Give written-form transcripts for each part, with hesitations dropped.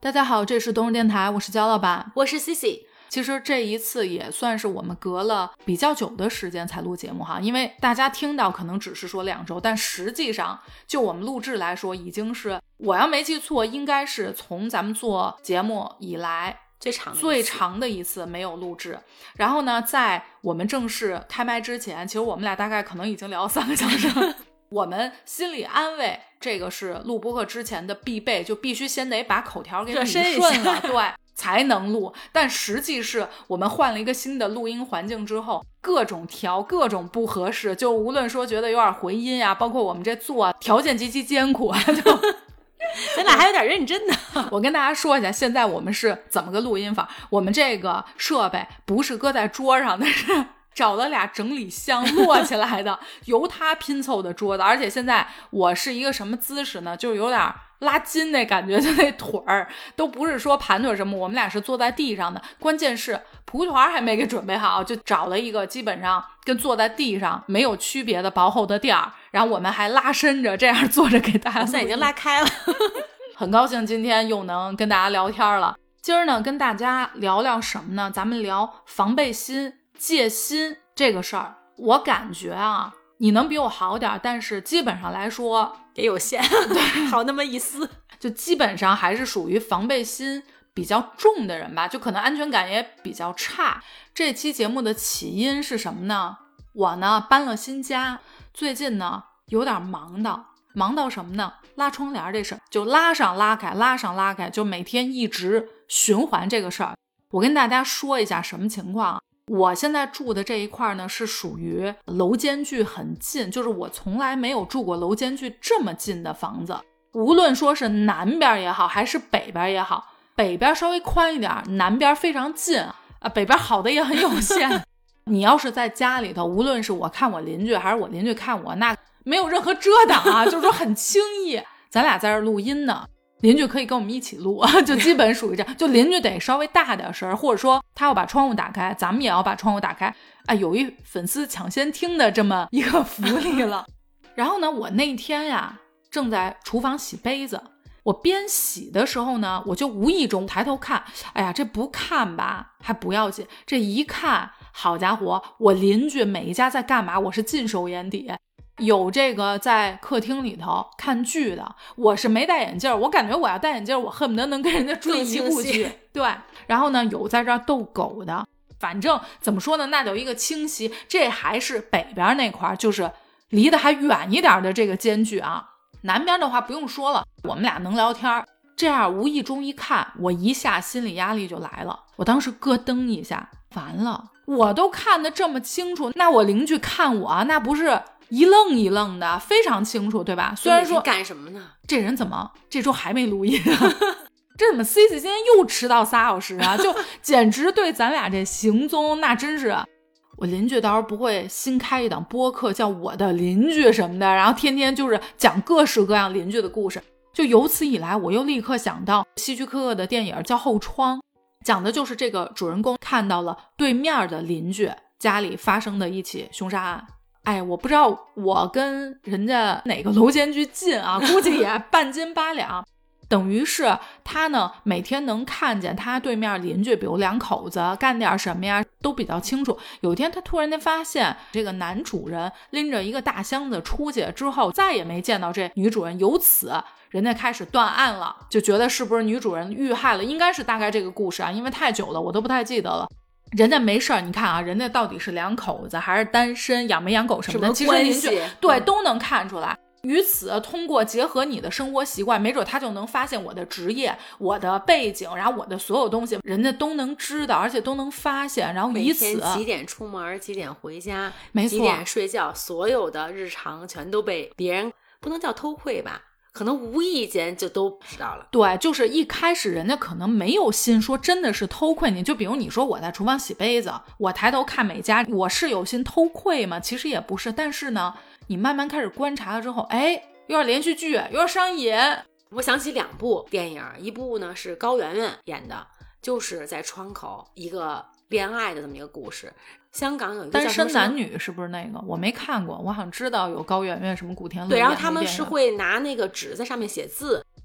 大家好，这是东日电台，我是焦老板， 我是 Cici。 其实这一次也算是我们隔了比较久的时间才录节目哈，因为大家听到可能只是说2周，但实际上就我们录制来说，已经是我要没记错，应该是从咱们做节目以来最长的一次没有录制。然后呢，在我们正式开麦之前，其实我们俩大概可能已经聊了3个小时了。我们心理安慰，这个是录播客之前的必备，就必须先得把口条给理顺了，对，才能录。但实际是我们换了一个新的录音环境之后，各种调，各种不合适，就无论说觉得有点回音呀，包括我们这做条件极其艰苦啊，就咱俩还有点认真的。 我跟大家说一下，现在我们是怎么个录音法？我们这个设备不是搁在桌上的，是找了俩整理箱摞起来的，由它拼凑的桌子。而且现在我是一个什么姿势呢？就是有点拉筋那感觉，就那腿儿都不是说盘腿什么，我们俩是坐在地上的。关键是蒲团还没给准备好，就找了一个基本上跟坐在地上没有区别的薄厚的垫儿，然后我们还拉伸着这样坐着给大家。 现在已经拉开了。 很高兴今天又能跟大家聊天了。今儿呢跟大家聊聊什么呢？咱们聊防备心、戒心这个事儿。我感觉啊，你能比我好点，但是基本上来说也有限，对，好那么一丝， 就基本上还是属于防备心比较重的人吧，就可能安全感也比较差。这期节目的起因是什么呢？我呢搬了新家，最近呢有点忙到什么呢？拉窗帘这事儿，就拉上拉开，拉上拉开，就每天一直循环这个事儿。我跟大家说一下什么情况。我现在住的这一块呢，是属于楼间距很近，就是我从来没有住过楼间距这么近的房子。无论说是南边也好，还是北边也好，北边稍微宽一点，南边非常近啊，北边好的也很有限。你要是在家里头，无论是我看我邻居，还是我邻居看我，那没有任何遮挡啊，就是说很轻易。咱俩在这录音呢，邻居可以跟我们一起录，就基本属于这样，就邻居得稍微大点声，或者说他要把窗户打开，咱们也要把窗户打开，有一粉丝抢先听的这么一个福利了。然后呢，我那天呀正在厨房洗杯子，我边洗的时候呢，我就无意中抬头看，哎呀，这不看吧还不要紧，这一看，好家伙，我邻居每一家在干嘛，我是尽收眼底。有这个在客厅里头看剧的，我是没戴眼镜，我感觉我要戴眼镜，我恨不得能跟人家追一部剧。对，然后呢，有在这儿逗狗的，反正怎么说呢，那有一个清晰，这还是北边那块，就是离得还远一点的这个间距啊。南边的话不用说了，我们俩能聊天，这样无意中一看，我一下心理压力就来了。我当时咯噔一下，完了，我都看得这么清楚，那我邻居看我，那不是一愣一愣的，非常清楚，对吧？虽然说干什么呢？ 这人怎么这周还没录音啊？这怎么 Cici 今天又迟到3小时啊？就简直对咱俩这行踪，那真是。我邻居到时候不会新开一档播客叫我的邻居什么的，然后天天就是讲各式各样邻居的故事。就由此以来，我又立刻想到希区柯克的电影叫《后窗》，讲的就是这个主人公看到了对面的邻居家里发生的一起凶杀案。我不知道我跟人家哪个楼间距近啊，估计也半斤八两。等于是他呢每天能看见他对面邻居，比如2口子干点什么呀，都比较清楚。有一天他突然间发现这个男主人拎着一个大箱子出去之后，再也没见到这女主人，由此人家开始断案了，就觉得是不是女主人遇害了，应该是大概这个故事啊，因为太久了我都不太记得了。人家没事儿，你看啊，人家到底是2口子还是单身，养没养狗什么的，其实邻居对都能看出来。于此通过结合你的生活习惯，没准他就能发现我的职业、我的背景，然后我的所有东西人家都能知道，而且都能发现，然后以此每天几点出门，几点回家， 没错， 几点睡觉，所有的日常全都被别人，不能叫偷窥吧，可能无意间就都知道了。 对，就是一开始人家可能没有心说真的是偷窥你，就比如你说我在厨房洗杯子，我抬头看每家，我是有心偷窥吗？其实也不是。但是呢，你慢慢开始观察了之后，有点连续剧，有点上瘾。 我想起2部电影，一部呢是高圆圆演的，就是在窗口一个恋爱的这么一个故事。香港有一个单身男女，是不是那个？我没看过，我好像知道有高圆圆什么古天乐。 对，然后他们是会拿那个纸在上面写字，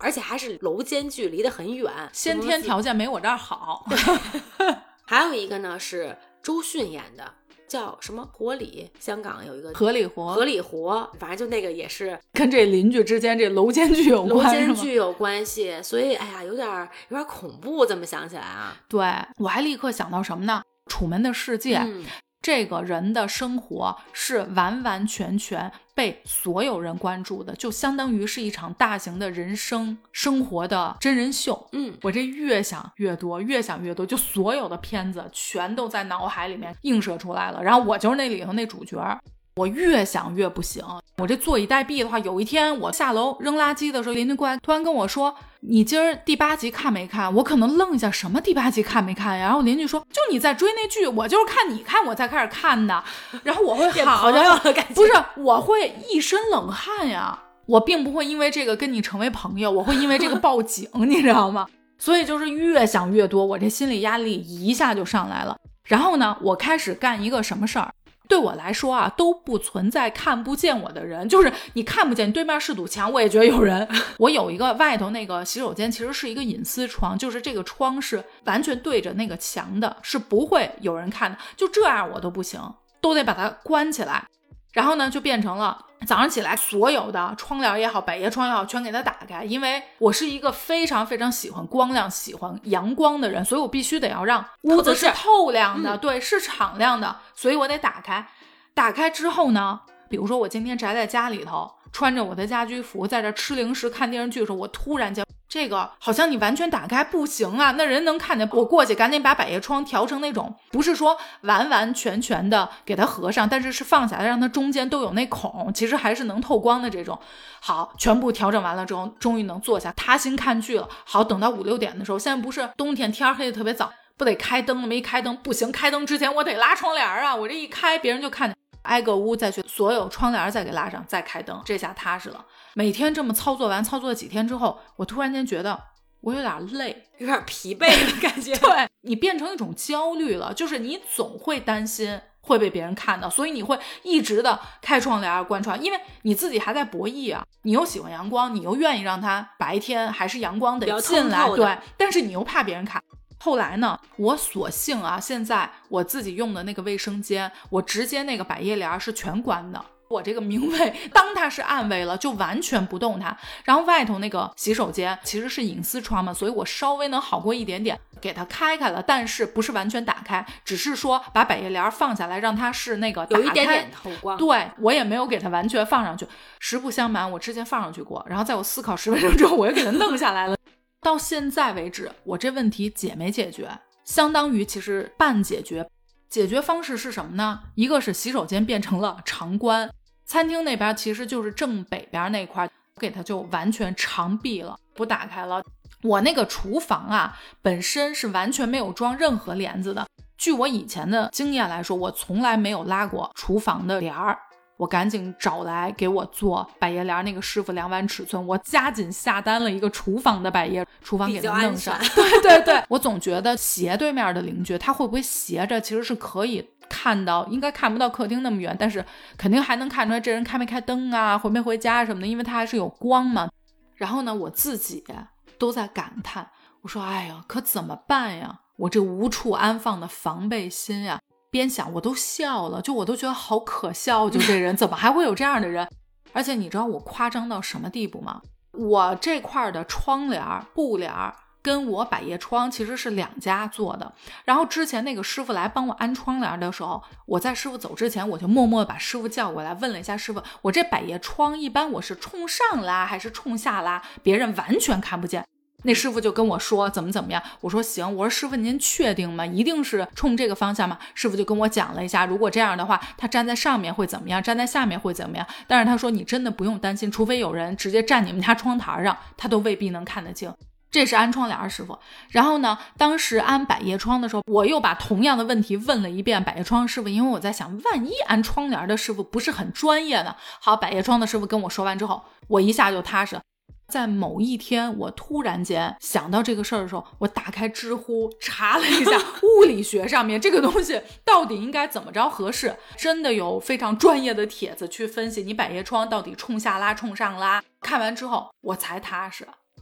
而且还是楼间距，离得很远， 先天条件没我这儿好。 还有一个呢是周迅演的，叫什么活里，香港有一个合理活， 反正就那个也是跟这邻居之间这楼间距有关， 楼间距有关系，所以哎呀有点恐怖，这么想起来啊。 对，我还立刻想到什么呢？楚门的世界，这个人的生活是完完全全被所有人关注的，就相当于是一场大型的人生生活的真人秀。我这越想越多，就所有的片子全都在脑海里面映射出来了，然后我就是那里头那主角。我越想越不行，我这坐以待毙的话，有一天我下楼扔垃圾的时候，邻居过来突然跟我说，你今儿第8集看没看？我可能愣一下，什么第8集看没看呀？然后邻居说，就你在追那剧，我就是看你看我才开始看的。然后我会好的不是，我会一身冷汗呀，我并不会因为这个跟你成为朋友，我会因为这个报警你知道吗？所以就是越想越多，我这心理压力一下就上来了。然后呢，我开始干一个什么事儿，对我来说啊，都不存在看不见我的人，就是你看不见，你对面是堵墙，我也觉得有人。我有一个外头那个洗手间其实是一个隐私窗，就是这个窗是完全对着那个墙的，是不会有人看的，就这样我都不行，都得把它关起来。然后呢就变成了早上起来所有的窗帘也好，百叶窗也好，全给它打开，因为我是一个非常非常喜欢光亮喜欢阳光的人，所以我必须得要让屋子是透亮的，对，是敞亮的，所以我得打开。打开之后呢，比如说我今天宅在家里头，穿着我的家居服在这吃零食看电视剧的时候，我突然间这个好像你完全打开不行啊，那人能看见，我过去赶紧把百叶窗调成那种不是说完完全全的给它合上，但是是放下来让它中间都有那孔，其实还是能透光的这种。好，全部调整完了之后，终于能坐下踏心看剧了。好，等到5、6点的时候，现在不是冬天天黑的特别早，不得开灯了吗？没开灯不行，开灯之前我得拉窗帘啊，我这一开别人就看见，挨个屋再去所有窗帘再给拉上，再开灯，这下踏实了。每天这么操作完，操作了几天之后，我突然间觉得我有点累， 有点疲惫的感觉。 对，你变成一种焦虑了，就是你总会担心会被别人看到，所以你会一直的开窗帘关窗，因为你自己还在博弈啊，你又喜欢阳光，你又愿意让它白天还是阳光的进来，对，但是你又怕别人看。后来呢，我索性啊，现在我自己用的那个卫生间，我直接那个百叶帘是全关的，我这个明卫当它是暗卫了，就完全不动它。然后外头那个洗手间其实是隐私窗嘛，所以我稍微能好过一点点，给它开开了，但是不是完全打开，只是说把百叶帘放下来，让它是那个打开， 有一点点透光。 对，我也没有给它完全放上去。实不相瞒，我之前放上去过，然后在我思考10分钟之后，我又给它弄下来了。到现在为止，我这问题解没解决？相当于其实半解决。解决方式是什么呢？一个是洗手间变成了长关，餐厅那边其实就是正北边那块，给它就完全长闭了，不打开了。我那个厨房啊，本身是完全没有装任何帘子的。据我以前的经验来说，我从来没有拉过厨房的帘儿。我赶紧找来给我做百叶帘那个师傅量完尺寸，我加紧下单了一个厨房的百叶，厨房给它弄上。对，我总觉得斜对面的邻居他会不会斜着其实是可以看到，应该看不到客厅那么远，但是肯定还能看出来这人开没开灯啊，回没回家什么的，因为他还是有光嘛。然后呢，我自己都在感叹，我说哎呀，可怎么办呀？我这无处安放的防备心呀。边想我都笑了，就我都觉得好可笑，就这人怎么还会有这样的人？而且你知道我夸张到什么地步吗？我这块的窗帘布帘跟我百叶窗其实是2家做的，然后之前那个师傅来帮我安窗帘的时候，我在师傅走之前我就默默把师傅叫过来，问了一下师傅，我这百叶窗一般我是冲上拉还是冲下拉，别人完全看不见。那师傅就跟我说怎么样，我说行，我说师傅您确定吗？一定是冲这个方向吗？师傅就跟我讲了一下，如果这样的话，他站在上面会怎么样，站在下面会怎么样，但是他说你真的不用担心，除非有人直接站你们家窗台上，他都未必能看得清。这是安窗帘师傅。然后呢，当时安百叶窗的时候，我又把同样的问题问了一遍百叶窗师傅，因为我在想万一安窗帘的师傅不是很专业呢。好，百叶窗的师傅跟我说完之后，我一下就踏实。在某一天我突然间想到这个事儿的时候，我打开知乎查了一下物理学上面这个东西到底应该怎么着合适，真的有非常专业的帖子去分析你百叶窗到底冲下拉冲上拉。看完之后我才踏实，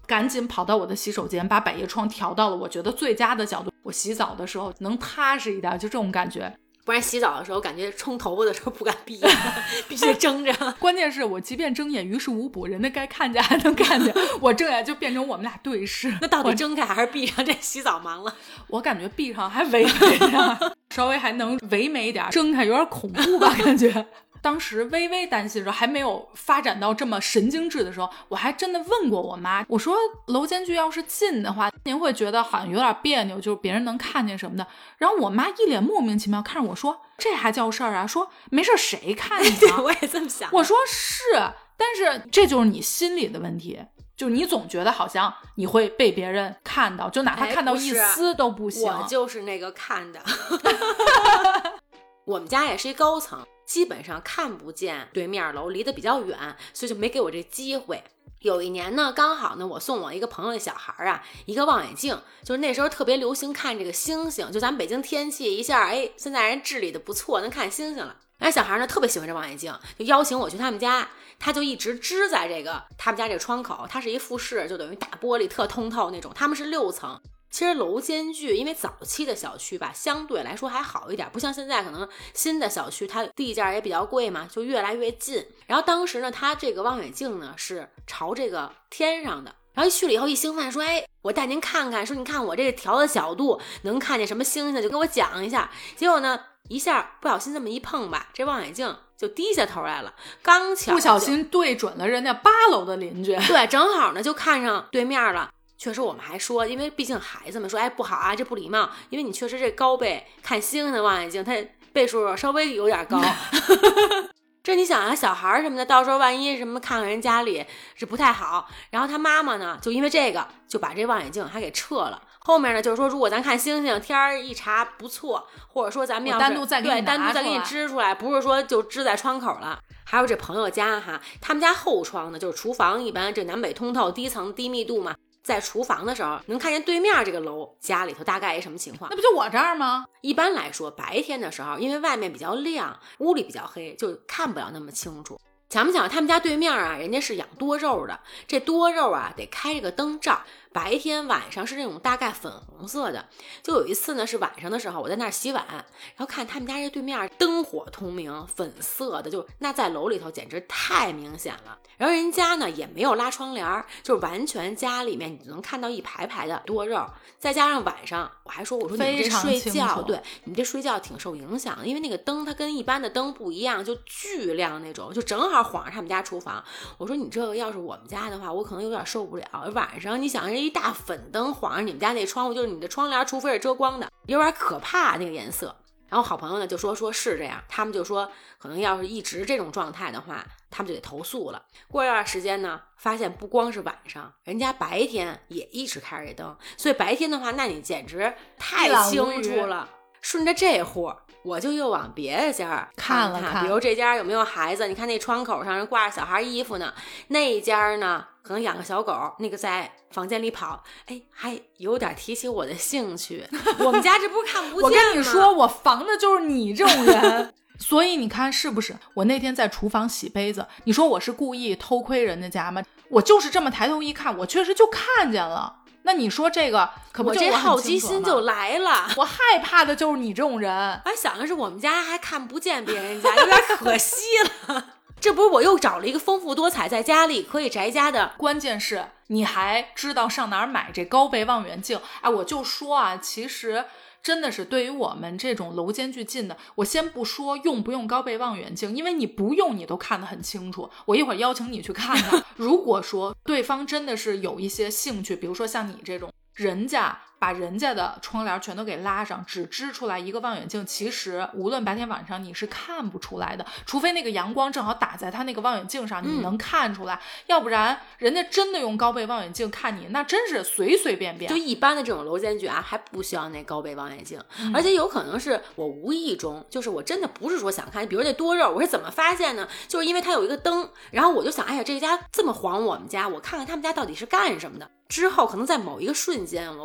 赶紧跑到我的洗手间，把百叶窗调到了我觉得最佳的角度，我洗澡的时候能踏实一点，就这种感觉。 不然洗澡的时候感觉冲头发的时候不敢闭眼，必须睁着。 关键是我即便睁眼于事无补，人家该看见还能看见，我睁眼就变成我们俩对视。 那到底睁开还是闭上？这洗澡忙了。 我感觉闭上还唯美点，稍微还能唯美一点，睁开有点恐怖吧感觉。当时微微担心的时候，还没有发展到这么神经质的时候，我还真的问过我妈，我说楼间距要是近的话，您会觉得好像有点别扭，就是别人能看见什么的。然后我妈一脸莫名其妙看着我说，这还叫事儿啊？说没事谁看你对，我也这么想。 我说是，但是这就是你心里的问题，就是你总觉得好像你会被别人看到，就哪怕看到一丝都不行。 我就是那个看的。我们家也是一高层，基本上看不见对面楼，离得比较远，所以就没给我这机会。有一年呢，刚好呢，我送我一个朋友的小孩啊，一个望远镜，就是那时候特别流行看这个星星，就咱们北京天气一下，哎，现在人治理的不错，能看星星了。那小孩呢特别喜欢这望远镜，就邀请我去他们家，他就一直支在这个他们家这个窗口，它是一复式，就等于大玻璃特通透那种，他们是6层。其实楼间距因为早期的小区吧，相对来说还好一点，不像现在可能新的小区它地价也比较贵嘛，就越来越近。然后当时呢，它这个望远镜呢是朝这个天上的，然后一去了以后一兴奋说，哎，我带您看看，说你看我这个调的角度能看见什么星星，就跟我讲一下。结果呢一下不小心这么一碰吧，这望远镜就低下头来了，刚巧不小心对准了人家8楼的邻居， 对，正好呢就看上对面了。确实我们还说，因为毕竟孩子们说，哎，不好啊，这不礼貌，因为你确实这高倍看星星的望远镜它倍数稍微有点高。这你想啊，小孩什么的，到时候万一什么看看人家里是不太好。然后他妈妈呢就因为这个就把这望远镜还给撤了。后面呢就是说，如果咱看星星天儿一查不错，或者说咱们要是单独再给你支出来，不是说就支在窗口了。还有这朋友家哈，他们家后窗呢就是厨房，一般这南北通透，低层低密度嘛，在厨房的时候能看见对面这个楼家里头大概一什么情况。 那不就我这儿吗？ 一般来说白天的时候，因为外面比较亮，屋里比较黑，就看不了那么清楚。想不想他们家对面啊，人家是养多肉的，这多肉啊得开这个灯罩，白天晚上是那种大概粉红色的。就有一次呢是晚上的时候，我在那儿洗碗，然后看他们家这对面灯火通明，粉色的，就那在楼里头简直太明显了。然后人家呢也没有拉窗帘，就是完全家里面你能看到一排排的多肉，再加上晚上我还说，我说你这睡觉，对你这睡觉挺受影响的，因为那个灯它跟一般的灯不一样，就巨亮那种，就正好晃着他们家厨房。我说你这个要是我们家的话，我可能有点受不了。晚上你想这一大粉灯晃着你们家那窗户，就是你的窗帘除非是遮光的，有点可怕那个颜色。然后好朋友呢就说是这样，他们就说可能要是一直这种状态的话，他们就得投诉了。过一段时间呢，发现不光是晚上，人家白天也一直开着这灯，所以白天的话，那你简直太清楚了。顺着这户我就又往别的家看了看，比如这家有没有孩子，你看那窗口上人挂着小孩衣服呢，那一家呢可能养个小狗，那个在房间里跑，哎，还有点提起我的兴趣。我们家这不是看不见吗？ 我跟你说，我防的就是你这种人。所以你看是不是？我那天在厨房洗杯子，你说我是故意偷窥人家家吗？我就是这么抬头一看，我确实就看见了。那你说这个可不就我这好奇心就来了。 我害怕的就是你这种人。 我想的是我们家还看不见别人家，有点可惜了。这不是我又找了一个丰富多彩在家里可以宅家的， 关键是你还知道上哪儿买这高倍望远镜。哎，我就说啊，其实真的是对于我们这种楼间距近的，我先不说用不用高倍望远镜，因为你不用你都看得很清楚，我一会儿邀请你去看看。如果说对方真的是有一些兴趣，比如说像你这种人家把人家的窗帘全都给拉上，只支出来一个望远镜，其实无论白天晚上你是看不出来的，除非那个阳光正好打在他那个望远镜上，你能看出来，要不然人家真的用高倍望远镜看你，那真是随随便便。 就一般的这种楼间距啊，还不需要那高倍望远镜，而且有可能是我无意中，就是我真的不是说想看，比如这多肉，我是怎么发现呢？就是因为它有一个灯，然后我就想，哎呀，这家这么晃我们家，我看看他们家到底是干什么的。之后可能在某一个瞬间，我无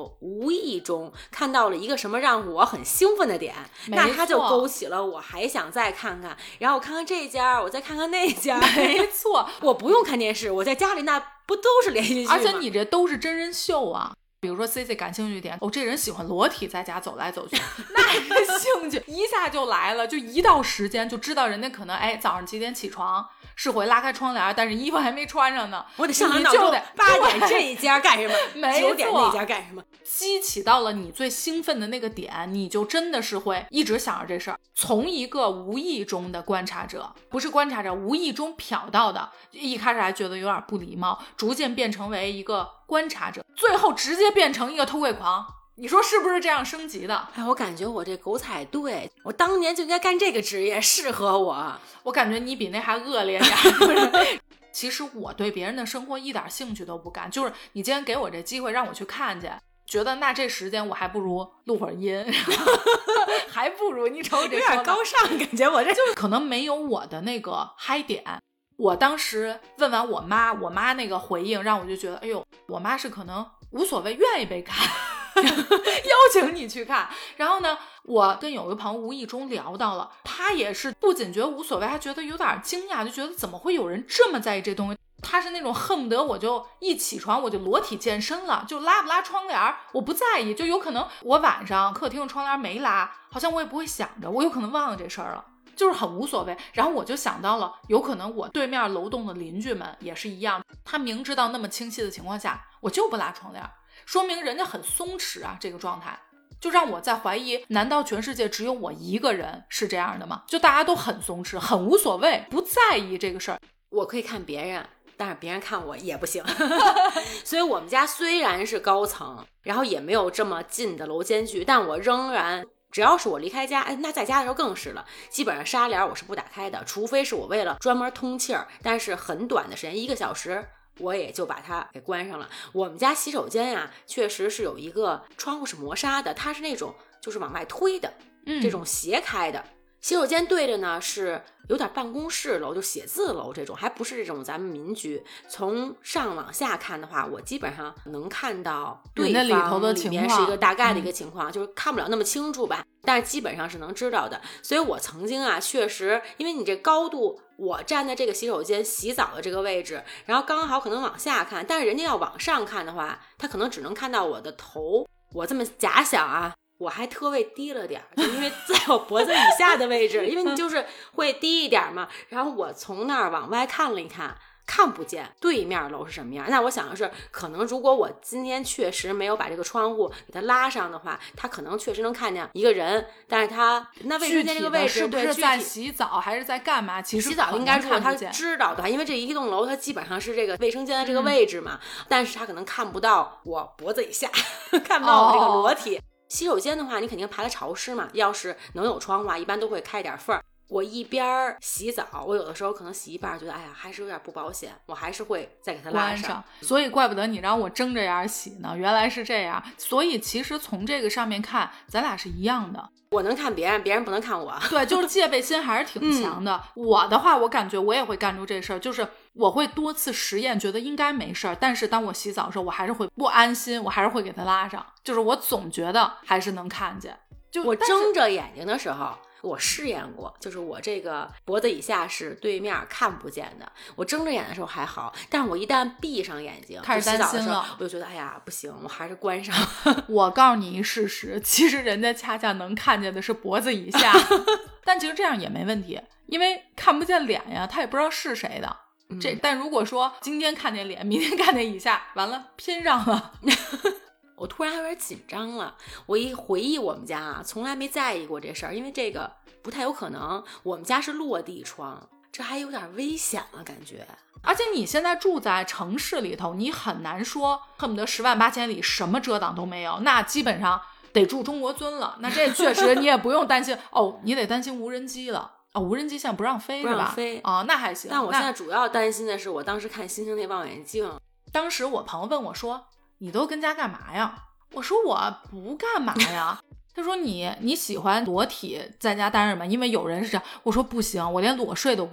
无意中看到了一个什么让我很兴奋的点，那它就勾起了我还想再看看，然后我看看这家，我再看看那家。 没错， 我不用看电视，我在家里那不都是连续剧吗？ 而且你这都是真人秀啊。比如说 CC 感兴趣点，这人喜欢裸体在家走来走去，那个兴趣一下就来了，就一到时间就知道人家可能早上几点起床，是会拉开窗帘，但是衣服还没穿上呢， 我得上上闹钟，8点这一家干什么，9点那家干什么， 激起到了你最兴奋的那个点，你就真的是会一直想着这事儿。从一个无意中的观察者，不是观察者，无意中瞟到的，一开始还觉得有点不礼貌，逐渐变成为一个观察者，最后直接变成一个偷窥狂。你说是不是这样升级的？ 我感觉我这狗踩对，我当年就应该干这个职业，适合我。 我感觉你比那还恶劣点。其实我对别人的生活一点兴趣都不感，就是你今天给我这机会让我去看去，觉得那这时间我还不如录会儿音，还不如你瞅我这有点高尚，感觉我这就是可能没有我的那个嗨点。我当时问完我妈那个回应让我就觉得，哎呦，我妈是可能无所谓，愿意被看邀请你去看。然后呢，我跟有一个朋友无意中聊到了，他也是不仅觉得无所谓，还觉得有点惊讶，就觉得怎么会有人这么在意这东西。他是那种恨不得我就一起床我就裸体健身了，就拉不拉窗帘我不在意，就有可能我晚上客厅的窗帘没拉，好像我也不会想着，我有可能忘了这事儿了，就是很无所谓。然后我就想到了，有可能我对面楼栋的邻居们也是一样，他明知道那么清晰的情况下，我就不拉窗帘，说明人家很松弛啊，这个状态就让我在怀疑，难道全世界只有我一个人是这样的吗？就大家都很松弛，很无所谓，不在意这个事儿。 我可以看别人，但是别人看我也不行。所以我们家虽然是高层，然后也没有这么近的楼间距，但我仍然只要是我离开家，那在家的时候更是了，基本上纱帘我是不打开的，除非是我为了专门通气儿，但是很短的时间，1个小时我也就把它给关上了。我们家洗手间呀，确实是有一个窗户是磨砂的，它是那种就是往外推的，这种斜开的。洗手间对着呢是有点办公室楼，就写字楼这种，还不是这种咱们民居。从上往下看的话，我基本上能看到对方里头的情况， 里面是一个大概的一个情况，就是看不了那么清楚吧，但是基本上是能知道的。所以我曾经啊，确实因为你这高度，我站在这个洗手间洗澡的这个位置，然后刚好可能往下看，但是人家要往上看的话，他可能只能看到我的头。我这么假想啊，我还特位低了点，就因为在我脖子以下的位置，因为你就是会低一点嘛。然后我从那儿往外看了一看，看不见对面楼是什么样。那我想的是，可能如果我今天确实没有把这个窗户给它拉上的话，他可能确实能看见一个人，但是他那卫生间这个位置是不是在洗澡还是在干嘛？其实洗澡应该如果他知道的话，因为这一栋楼它基本上是这个卫生间的这个位置嘛，但是他可能看不到我脖子以下，看不到我这个裸体。洗手间的话，你肯定排的潮湿嘛，要是能有窗户啊，一般都会开点缝儿。我一边洗澡，我有的时候可能洗一半，觉得哎呀还是有点不保险，我还是会再给它拉上。 所以怪不得你让我睁着眼洗呢，原来是这样。所以其实从这个上面看，咱俩是一样的。 我能看别人，别人不能看我。 对，就是戒备心还是挺强的。我的话，我感觉我也会干出这事儿，就是我会多次实验，觉得应该没事儿，但是当我洗澡的时候，我还是会不安心，我还是会给它拉上。就是我总觉得还是能看见。就我睁着眼睛的时候，我试验过，就是我这个脖子以下是对面看不见的，我睁着眼的时候还好，但是我一旦闭上眼睛开始担心了， 我就觉得哎呀不行，我还是关上。 我告诉你一事实，其实人家恰恰能看见的是脖子以下。但其实这样也没问题，因为看不见脸呀，他也不知道是谁的。但如果说今天看见脸，明天看见以下，完了拼上了。 我突然有点紧张了，我一回忆我们家啊，从来没在意过这事儿，因为这个不太有可能。我们家是落地窗，这还有点危险了感觉。 而且你现在住在城市里头，你很难说恨不得10万8千里什么遮挡都没有，那基本上得住中国尊了。那这确实你也不用担心哦，你得担心无人机了。无人机现在不让飞是吧？ 不让飞那还行。 但我现在主要担心的是，我当时看星星那望远镜， 当时我朋友问我说，你都跟家干嘛呀？我说我不干嘛呀。他说你喜欢裸体在家待着吗？因为有人是这样。我说不行，我连裸睡都不行。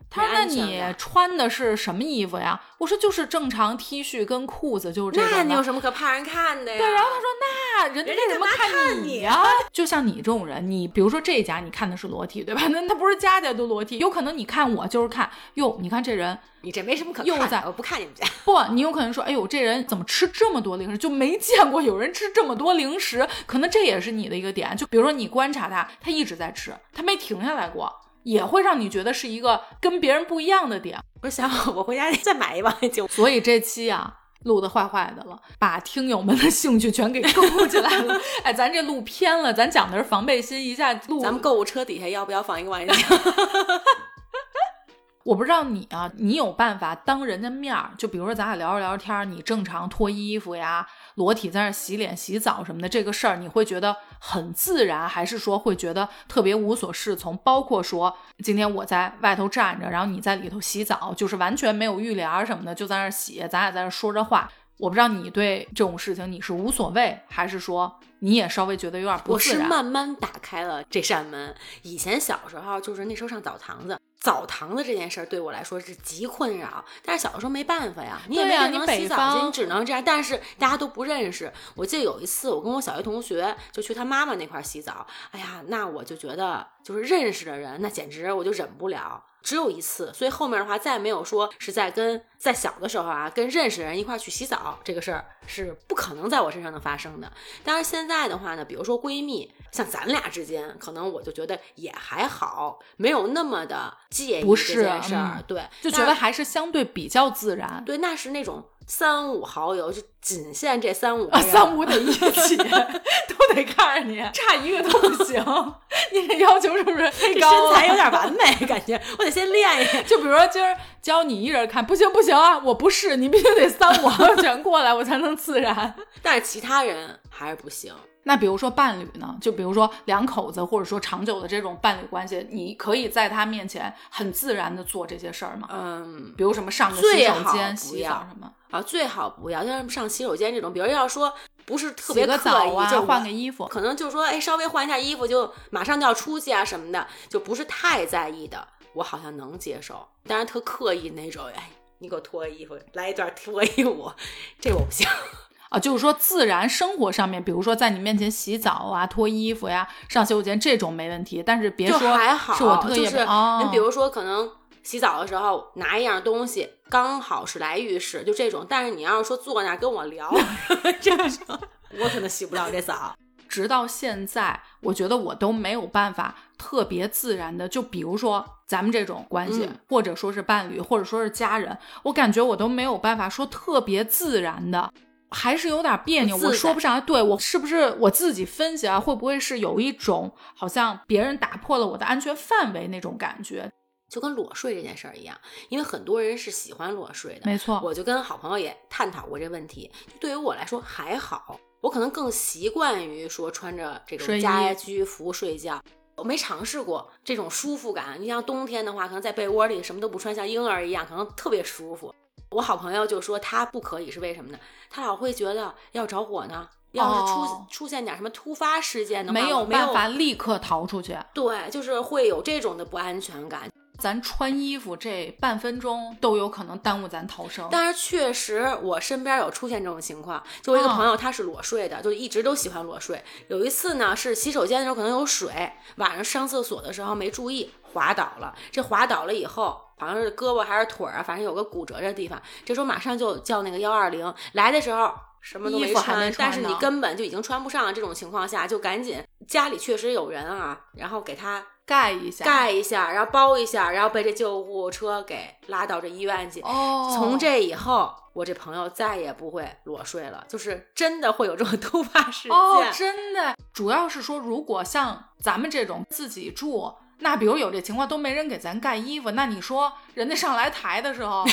他说那你穿的是什么衣服呀？我说就是正常 T 恤跟裤子，就是这种的。 那你有什么可怕人看的呀？ 对，然后他说那人家为什么看你呀？就像你这种人，你比如说这家你看的是裸体，对吧？那他不是家家都裸体，有可能你看我就是看哟，你看这人你这没什么可看的，我不看你们家。 不，你有可能说哎呦这人怎么吃这么多零食，就没见过有人吃这么多零食，可能这也是你的一个点。就比如说你观察他一直在吃，他没停下来过，也会让你觉得是一个跟别人不一样的点。 我想我回家再买一望远镜。 所以这期啊录的坏坏的了，把听友们的兴趣全给勾起来了。哎，咱这录偏了，咱讲的是防备心，一下录咱们购物车底下要不要放一个望远镜？ 我不知道你啊，你有办法当人家面儿，就比如说咱俩聊着聊着天，你正常脱衣服呀，裸体在那洗脸洗澡什么的，这个事儿你会觉得很自然，还是说会觉得特别无所适从？包括说今天我在外头站着，然后你在里头洗澡，就是完全没有浴帘什么的，就在那洗，咱俩在那说着话。我不知道你对这种事情你是无所谓，还是说你也稍微觉得有点不自然？ 我是慢慢打开了这扇门。以前小时候就是那时候上澡堂子，澡堂子这件事儿对我来说是极困扰，但是小的时候没办法呀，你也没地方洗澡去，你只能这样。但是大家都不认识。我记得有一次我跟我小学同学就去他妈妈那块洗澡，哎呀，那我就觉得就是认识的人那简直我就忍不了。只有一次，所以后面的话再没有说是在小的时候啊跟认识的人一块去洗澡，这个事儿是不可能在我身上能发生的。当然现在的话呢，比如说闺蜜，像咱俩之间，可能我就觉得也还好，没有那么的介意这件事儿，对， 就觉得还是相对比较自然。 对，那是那种3-5好友，就仅限这3-5个人 ，3-5得一起，都得看着你，差一个都不行。你这要求是不是太高了？ 身材有点完美，感觉我得先练一。 就比如说今儿教你一人看，不行啊，我不是，你必须得3-5好友全过来，我才能自然。 但是其他人还是不行。 那比如说伴侣呢？就比如说两口子，或者说长久的这种伴侣关系，你可以在他面前很自然的做这些事儿吗？比如什么上个洗手间、洗澡什么啊，最好不要，像上洗手间这种，比如要说不是特别刻意， 洗个澡啊， 就换个衣服， 可能就说哎，稍微换一下衣服就马上就要出去啊什么的，就不是太在意的，我好像能接受。当然特刻意那种，哎，你给我脱衣服，来一段脱衣服，这我不行。 啊，就是说自然生活上面，比如说在你面前洗澡啊、脱衣服呀、上洗手间这种没问题，但是别说还好是我特意就是你比如说可能洗澡的时候拿一样东西，刚好是来浴室，就这种。但是你要是说坐那儿跟我聊，这种我可能洗不了这澡。 直到现在，我觉得我都没有办法特别自然的，就比如说咱们这种关系，或者说是伴侣，或者说是家人，我感觉我都没有办法说特别自然的。还是有点别扭，我说不上来。对，我是不是我自己分析啊？会不会是有一种好像别人打破了我的安全范围那种感觉？ 就跟裸睡这件事儿一样，因为很多人是喜欢裸睡的。 没错， 我就跟好朋友也探讨过这问题。对于我来说还好，我可能更习惯于说穿着这种家居服睡觉。我没尝试过这种舒服感。你像冬天的话，可能在被窝里什么都不穿，像婴儿一样，可能特别舒服。我好朋友就说他不可以，是为什么呢？他老会觉得要着火呢，要是出现点什么突发事件的话， 没有办法立刻逃出去。 对，就是会有这种的不安全感。 咱穿衣服这半分钟都有可能耽误咱逃生。 但是确实我身边有出现这种情况，就我一个朋友他是裸睡的，就一直都喜欢裸睡。有一次呢是洗手间的时候可能有水，晚上上厕所的时候没注意滑倒了。这滑倒了以后好像是胳膊还是腿啊，反正有个骨折的地方。这时候马上就叫那个120，来的时候什么都没穿，但是你根本就已经穿不上。这种情况下就赶紧，家里确实有人啊，然后给他盖一下， 然后包一下，然后被这救护车给拉到这医院去。从这以后我这朋友再也不会裸睡了，就是真的会有这种突发事件。 真的。主要是说如果像咱们这种自己住，那比如有这情况都没人给咱盖衣服，那你说人家上来抬的时候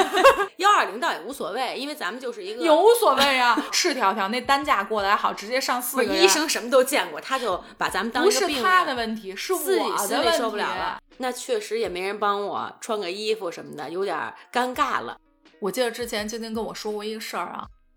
120倒也无所谓，因为咱们就是一个有无所谓啊，赤条条那担架过来好，直接上4个人。 医生什么都见过，他就把咱们当一个病人。 不是他的问题，是我的问题， 自己心里受不了了。那确实也没人帮我穿个衣服什么的，有点尴尬了。 我记得之前晶晶跟我说过一个事儿啊，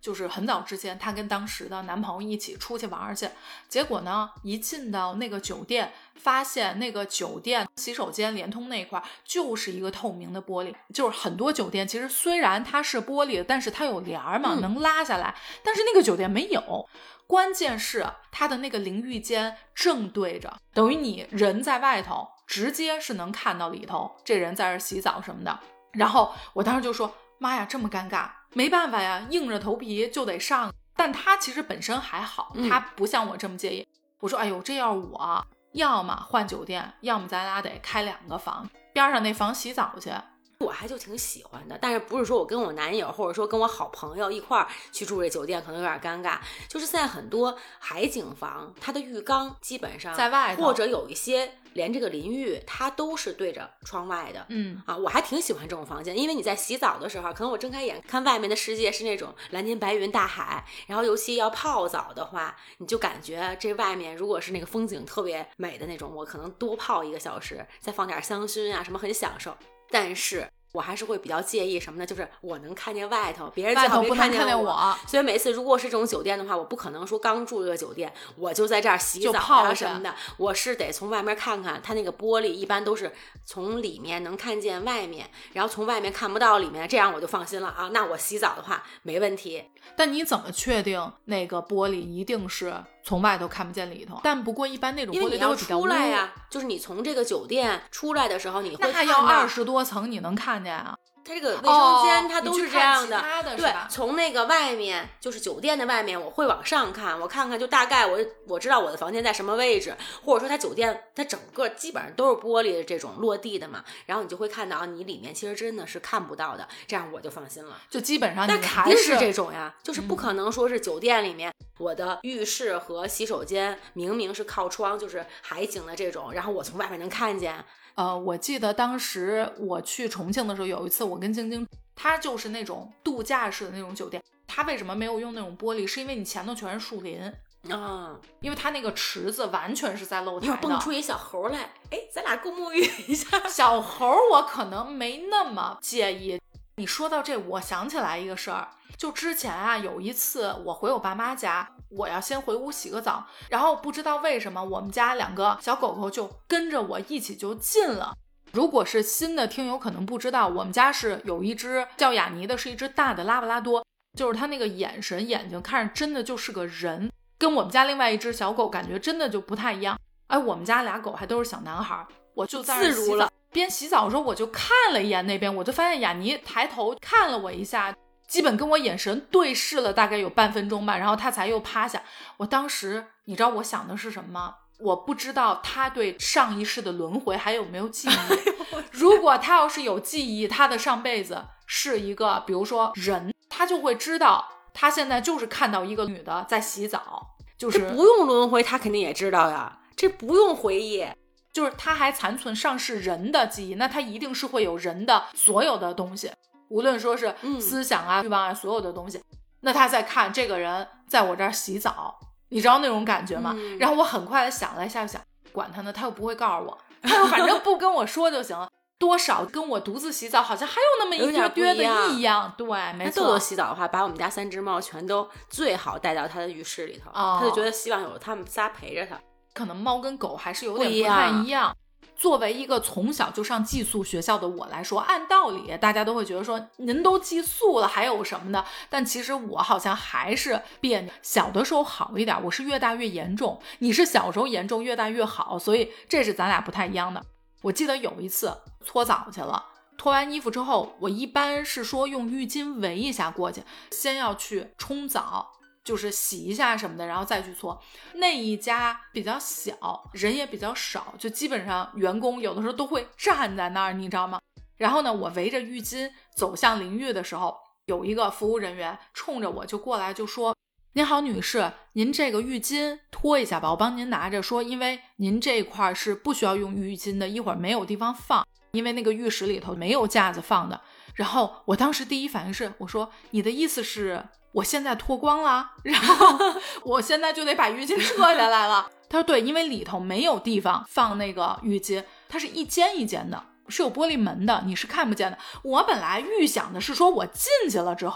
就是很早之前她跟当时的男朋友一起出去玩去，结果呢一进到那个酒店，发现那个酒店洗手间连通那块就是一个透明的玻璃，就是很多酒店其实虽然它是玻璃的，但是它有帘嘛，能拉下来，但是那个酒店没有。关键是它的那个淋浴间正对着，等于你人在外头直接是能看到里头这人在这洗澡什么的。然后我当时就说妈呀，这么尴尬，没办法呀，硬着头皮就得上。但他其实本身还好，他不像我这么介意。我说哎呦，这要我要么换酒店，要么咱俩得开2个房，边上那房洗澡去。 我还就挺喜欢的，但是不是说我跟我男友或者说跟我好朋友一块儿去住这酒店可能有点尴尬。就是现在很多海景房它的浴缸基本上在外头， 或者有一些连这个淋浴它都是对着窗外的。我还挺喜欢这种房间，因为你在洗澡的时候可能我睁开眼看外面的世界是那种蓝天白云大海，然后尤其要泡澡的话，你就感觉这外面如果是那个风景特别美的那种，我可能多泡1个小时，再放点香薰啊什么，很享受。但是我还是会比较介意什么呢？就是我能看见外头，别人最好别看见我。所以每次如果是这种酒店的话，我不可能说刚住这个酒店我就在这儿洗澡啊什么的，我是得从外面看看。它那个玻璃一般都是从里面能看见外面，然后从外面看不到里面，这样我就放心了啊。那我洗澡的话没问题。 但你怎么确定那个玻璃一定是从外头看不见里头？但不过一般那种玻璃都会比较出来呀，就是你从这个酒店出来的时候，你会那要20多层，你能看见啊？ 它这个卫生间它都是这样的， 对，从那个外面就是酒店的外面，我会往上看，我看看就大概我知道我的房间在什么位置，或者说它酒店它整个基本上都是玻璃的这种落地的嘛，然后你就会看到你里面其实真的是看不到的，这样我就放心了。 就基本上你肯定是这种呀，就是不可能说是酒店里面我的浴室和洗手间明明是靠窗，就是海景的这种，然后我从外面能看见。 我记得当时我去重庆的时候，有一次我跟晶晶，它就是那种度假式的那种酒店，它为什么没有用那种玻璃？是因为你前头全是树林啊，因为它那个池子完全是在露台的。 蹦出一小猴来，哎，咱俩共沐浴一下。 小猴我可能没那么介意。你说到这，我想起来一个事儿，就之前啊，有一次我回我爸妈家，我要先回屋洗个澡，然后不知道为什么我们家2个小狗狗就跟着我一起就进了。如果是新的听友可能不知道，我们家是有一只叫雅尼的，是一只大的拉布拉多，就是它那个眼睛看着真的就是个人，跟我们家另外一只小狗感觉真的就不太一样。哎，我们家俩狗还都是小男孩，我就在那自如了。 边洗澡的时候我就看了一眼那边，我就发现雅尼抬头看了我一下，基本跟我眼神对视了大概有半分钟吧，然后他才又趴下。我当时你知道我想的是什么吗？我不知道他对上一世的轮回还有没有记忆。如果他要是有记忆，他的上辈子是一个比如说人，他就会知道他现在就是看到一个女的在洗澡，就是这不用轮回他肯定也知道呀，这不用回忆， 就是他还残存上世人的记忆，那他一定是会有人的所有的东西，无论说是思想啊、欲望啊，所有的东西。那他在看这个人在我这儿洗澡，你知道那种感觉吗？然后我很快的想了一下，想管他呢，他又不会告诉我，他又反正不跟我说就行了。多少跟我独自洗澡好像还有那么一丢丢的异样。对，没错。 豆豆洗澡的话，把我们家3只猫全都最好带到他的浴室里头，他就觉得希望有他们仨陪着他。 可能猫跟狗还是有点不太一样。作为一个从小就上寄宿学校的我来说，按道理大家都会觉得说您都寄宿了还有什么的，但其实我好像还是别扭。小的时候好一点，我是越大越严重，你是小时候严重越大越好，所以这是咱俩不太一样的。我记得有一次搓澡去了，脱完衣服之后，我一般是说用浴巾围一下过去，先要去冲澡，就是洗一下什么的，然后再去搓。那一家比较小，人也比较少，就基本上员工有的时候都会站在那儿，你知道吗？然后呢，我围着浴巾走向淋浴的时候，有一个服务人员冲着我就过来就说，您好女士，您这个浴巾脱一下吧，我帮您拿着，说因为您这块是不需要用浴巾的，一会儿没有地方放，因为那个浴室里头没有架子放的。然后我当时第一反应是，我说你的意思是我现在脱光了，然后我现在就得把浴巾撤下来了。他说对，因为里头没有地方放那个浴巾，它是一间一间的，是有玻璃门的，你是看不见的。我本来预想的是说我进去了之后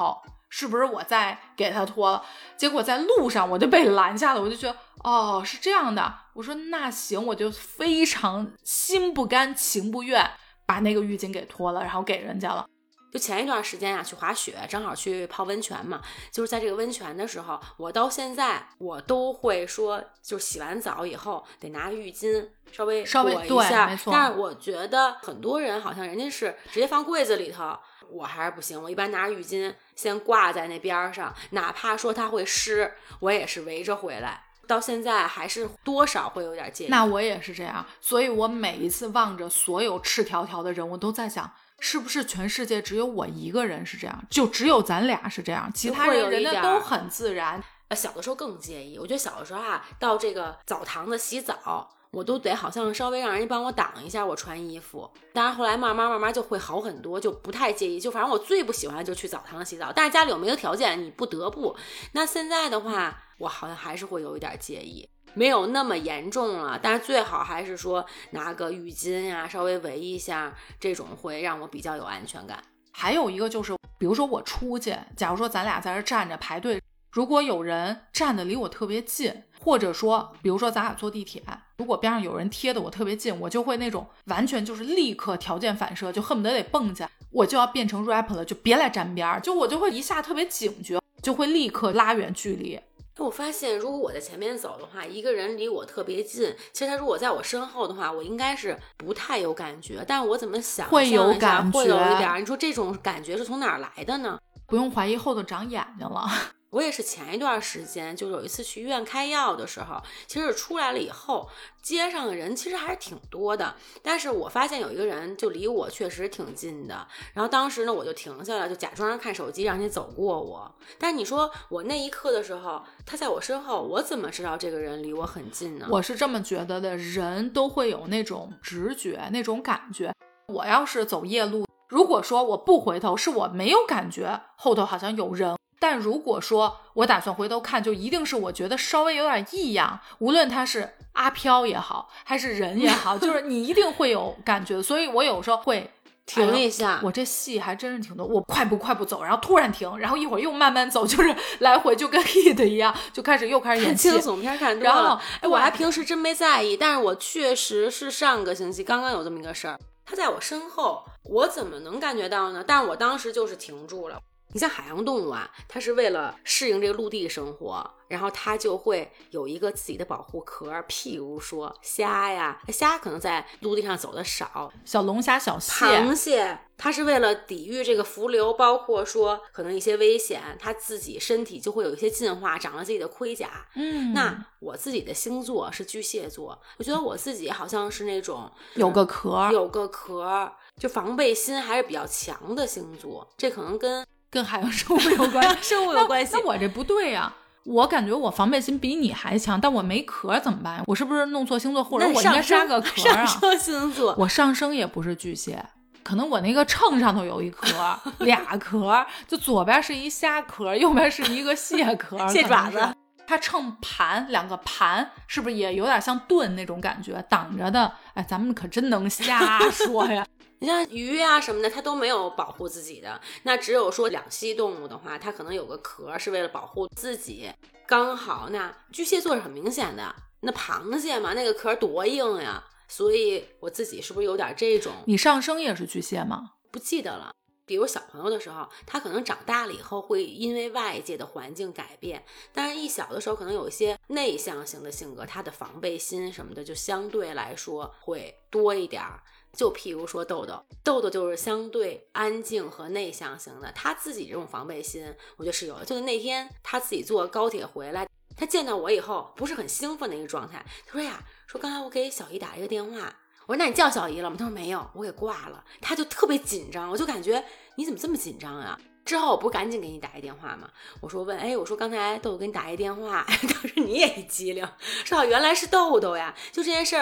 是不是我再给他脱了？结果在路上我就被拦下了，我就觉得哦是这样的，我说那行，我就非常心不甘情不愿把那个浴巾给脱了，然后给人家了。 就前一段时间啊，去滑雪，正好去泡温泉嘛。就是在这个温泉的时候，我到现在我都会说，就洗完澡以后得拿浴巾稍微裹一下。 没错。 但是我觉得很多人好像人家是直接放柜子里头，我还是不行。我一般拿着浴巾先挂在那边上，哪怕说它会湿，我也是围着回来。到现在还是多少会有点介意。 那我也是这样，所以我每一次望着所有赤条条的人，我都在想，是不是全世界只有我一个人是这样，就只有咱俩是这样，其他人家都很自然。 小的时候更介意，我觉得小的时候啊，到这个澡堂子洗澡，我都得好像稍微让人家帮我挡一下我穿衣服。当然后来慢慢就会好很多，就不太介意。就反正我最不喜欢就去澡堂洗澡，但是家里有没有条件你不得不。那现在的话我好像还是会有一点介意，没有那么严重了，但是最好还是说拿个浴巾呀稍微围一下，这种会让我比较有安全感。 还有一个就是比如说我出去，假如说咱俩在这站着排队，如果有人站得离我特别近，或者说比如说咱俩坐地铁，如果边上有人贴得我特别近，我就会那种完全就是立刻条件反射，就恨不得得蹦起来，我就要变成 rap 了，就别来沾边，就我就会一下特别警觉，就会立刻拉远距离。 我发现如果我在前面走的话，一个人离我特别近，其实他如果在我身后的话，我应该是不太有感觉，但是我怎么想会有感觉， 会有一点。你说这种感觉是从哪儿来的呢？ 不用怀疑后头长眼睛了。 我也是前一段时间就有一次去医院开药的时候，其实出来了以后，街上的人其实还是挺多的，但是我发现有一个人就离我确实挺近的，然后当时呢我就停下来，就假装看手机让你走过我。但是你说我那一刻的时候他在我身后，我怎么知道这个人离我很近呢？ 我是这么觉得的，人都会有那种直觉，那种感觉。我要是走夜路，如果说我不回头，是我没有感觉后头好像有人，但如果说我打算回头看，就一定是我觉得稍微有点异样，无论他是阿飘也好还是人也好，就是你一定会有感觉。所以我有时候会停一下， 我这戏还真是挺多，我快步走，然后突然停，然后一会儿又慢慢走，就是来回就跟 hit 一样，就开始演戏。 惊悚片看多了，我还平时真没在意，但是我确实是上个星期刚刚有这么一个事儿，他在我身后，我怎么能感觉到呢？但是我当时就是停住了。你像海洋动物啊，它是为了适应这个陆地生活，然后它就会有一个自己的保护壳，譬如说虾呀，虾可能在陆地上走的少， 小龙虾、小蟹、 螃蟹，它是为了抵御这个浮流，包括说可能一些危险，它自己身体就会有一些进化，长了自己的盔甲。那我自己的星座是巨蟹座，我觉得我自己好像是那种有个壳， 就防备心还是比较强的星座，这可能跟海洋生物有关系。 生物有关系。 那我这不对呀，我感觉我防备心比你还强，但我没壳怎么办？我是不是弄错星座，或者我应该加个壳啊？ 上升星座， 我上升也不是巨蟹，可能我那个秤上头有一壳，俩壳，就左边是一虾壳，右边是一个蟹壳， 蟹爪子。 它秤盘，两个盘是不是也有点像盾那种感觉挡着的？哎，咱们可真能瞎说呀。 你像鱼啊什么的，它都没有保护自己的，那只有说两栖动物的话，它可能有个壳是为了保护自己。刚好那巨蟹座是很明显的，那螃蟹嘛，那个壳多硬呀，所以我自己是不是有点这种？ 你上升也是巨蟹吗？ 不记得了。比如小朋友的时候，他可能长大了以后会因为外界的环境改变，但是一小的时候可能有一些内向型的性格，他的防备心什么的就相对来说会多一点。就譬如说豆豆就是相对安静和内向型的，他自己这种防备心我觉得是有的。就是那天他自己坐高铁回来，他见到我以后不是很兴奋的一个状态，他说呀，说刚才我给小姨打一个电话，我说那你叫小姨了吗？他说没有，我给挂了。他就特别紧张，我就感觉你怎么这么紧张啊？之后我不是赶紧给你打一电话吗？我说我说刚才豆豆给你打一电话，当时你也一激灵，说原来是豆豆呀。就这件事儿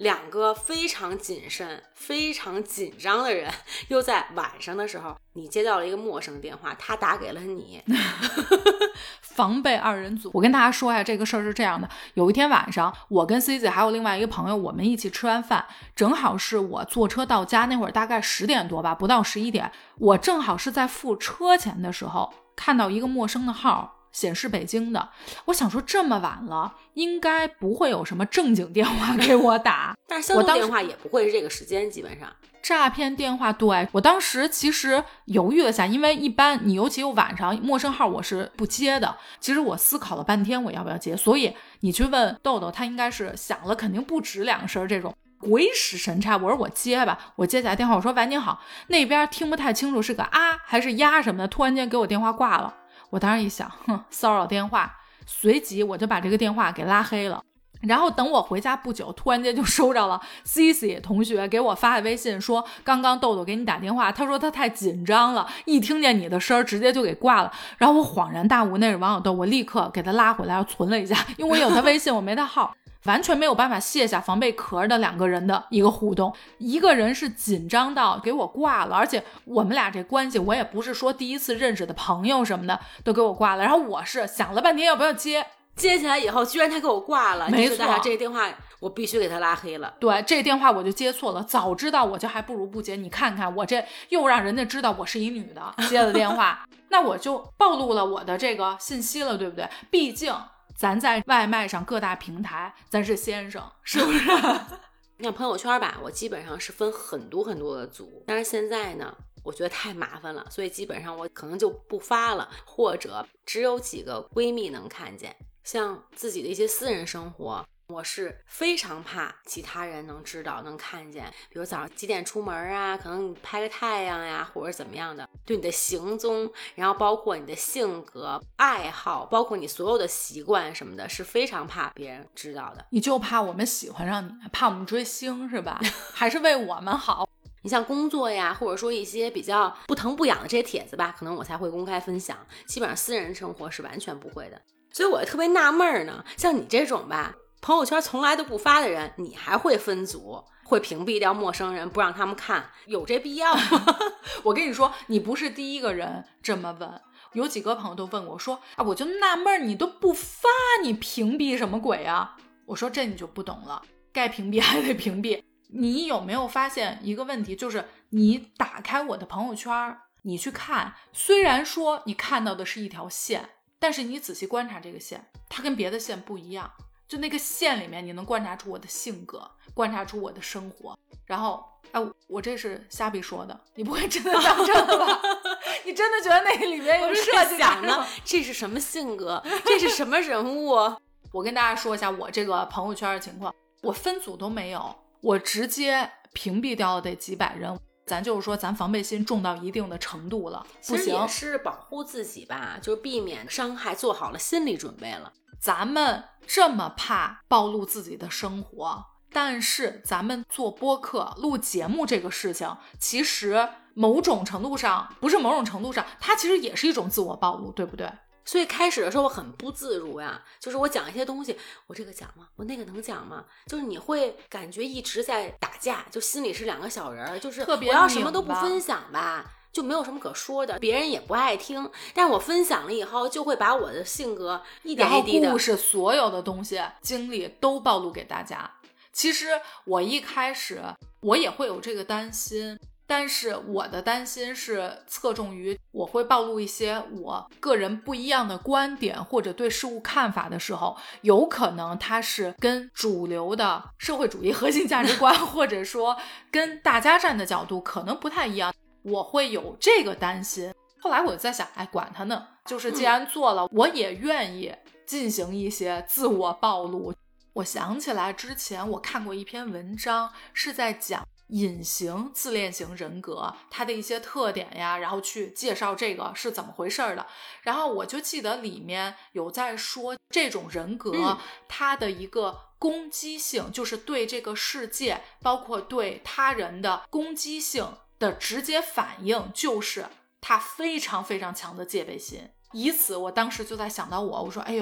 两个非常谨慎非常紧张的人又在晚上的时候，你接到了一个陌生电话，他打给了你防备二人组。我跟大家说一下这个事儿是这样的，有一天晚上我跟 CC 还有另外一个朋友，我们一起吃完饭，正好是我坐车到家那会儿大概10点多吧，不到11点，我正好是在付车钱的时候看到一个陌生的号显示北京的，我想说这么晚了应该不会有什么正经电话给我打但是销售电话也不会是这个时间，基本上诈骗电话。对，我当时其实犹豫了下，因为一般你尤其有晚上陌生号我是不接的，其实我思考了半天我要不要接，所以你去问豆豆，他应该是想了肯定不止2声这种鬼使神差，我说我接吧，我接起来电话，我说喂您好，那边听不太清楚是个啊还是呀什么的，突然间给我电话挂了，我当时一想骚扰电话，随即我就把这个电话给拉黑了。然后等我回家不久，突然间就收到了 CC 同学给我发的微信，说刚刚豆豆给你打电话，他说他太紧张了，一听见你的声直接就给挂了。然后我恍然大悟，那是王小豆，我立刻给他拉回来存了一下，因为我有他微信我没他号，完全没有办法卸下防备壳的2个人的一个互动。一个人是紧张到给我挂了，而且我们俩这关系我也不是说第一次认识的朋友什么的都给我挂了，然后我是想了半天要不要接起来以后居然他给我挂了， 没错， 这个电话我必须给他拉黑了。 对，这电话我就接错了，早知道我就还不如不接，你看看我这又让人家知道我是一女的接的电话那我就暴露了我的这个信息了，对不对？毕竟咱在外卖上各大平台咱是先生，是不是你看朋友圈吧，我基本上是分很多的组，但是现在呢我觉得太麻烦了，所以基本上我可能就不发了，或者只有几个闺蜜能看见。像自己的一些私人生活，我是非常怕其他人能知道能看见，比如早上几点出门啊，可能你拍个太阳呀，或者怎么样的，对你的行踪，然后包括你的性格爱好，包括你所有的习惯什么的，是非常怕别人知道的。 你就怕我们喜欢上你，怕我们追星是吧还是为我们好你像工作呀，或者说一些比较不疼不痒的这些帖子吧，可能我才会公开分享，基本上私人生活是完全不会的。所以我特别纳闷呢，像你这种吧，朋友圈从来都不发的人，你还会分组，会屏蔽掉陌生人，不让他们看，有这必要吗我跟你说，你不是第一个人这么问，有几个朋友都问我说啊，我就纳闷你都不发，你屏蔽什么鬼啊？我说这你就不懂了，该屏蔽还得屏蔽。你有没有发现一个问题，就是你打开我的朋友圈，你去看，虽然说你看到的是一条线，但是你仔细观察这个线，它跟别的线不一样，就那个线里面你能观察出我的性格，观察出我的生活。然后我这是瞎逼说的，你不会真的当真的吧你真的觉得那个里面有设计感呢？这是什么性格？这是什么人物？ 我跟大家说一下我这个朋友圈的情况，我分组都没有，我直接屏蔽掉了得几百人。咱就是说咱防备心重到一定的程度了，不行， 其实也是保护自己吧，就是避免伤害，做好了心理准备了。 咱们这么怕暴露自己的生活，但是咱们做播客录节目这个事情，其实某种程度上，不是某种程度上，它其实也是一种自我暴露，对不对？ 所以开始的时候我很不自如呀，就是我讲一些东西，我这个讲吗？我那个能讲吗？就是你会感觉一直在打架，就心里是2个小人，就是我要什么都不分享吧，就没有什么可说的，别人也不爱听，但是我分享了以后就会把我的性格一点一滴的， 然后故事所有的东西经历都暴露给大家。其实我一开始我也会有这个担心，但是我的担心是侧重于我会暴露一些我个人不一样的观点或者对事物看法的时候，有可能它是跟主流的社会主义核心价值观或者说跟大家站的角度可能不太一样，我会有这个担心。后来我就在想，管他呢，就是既然做了，我也愿意进行一些自我暴露。我想起来之前我看过一篇文章，是在讲隐形自恋型人格它的一些特点呀，然后去介绍这个是怎么回事的。然后我就记得里面有在说这种人格它的一个攻击性，就是对这个世界包括对他人的攻击性的直接反应，就是他非常非常强的戒备心。以此我当时就在想到我说哎呦，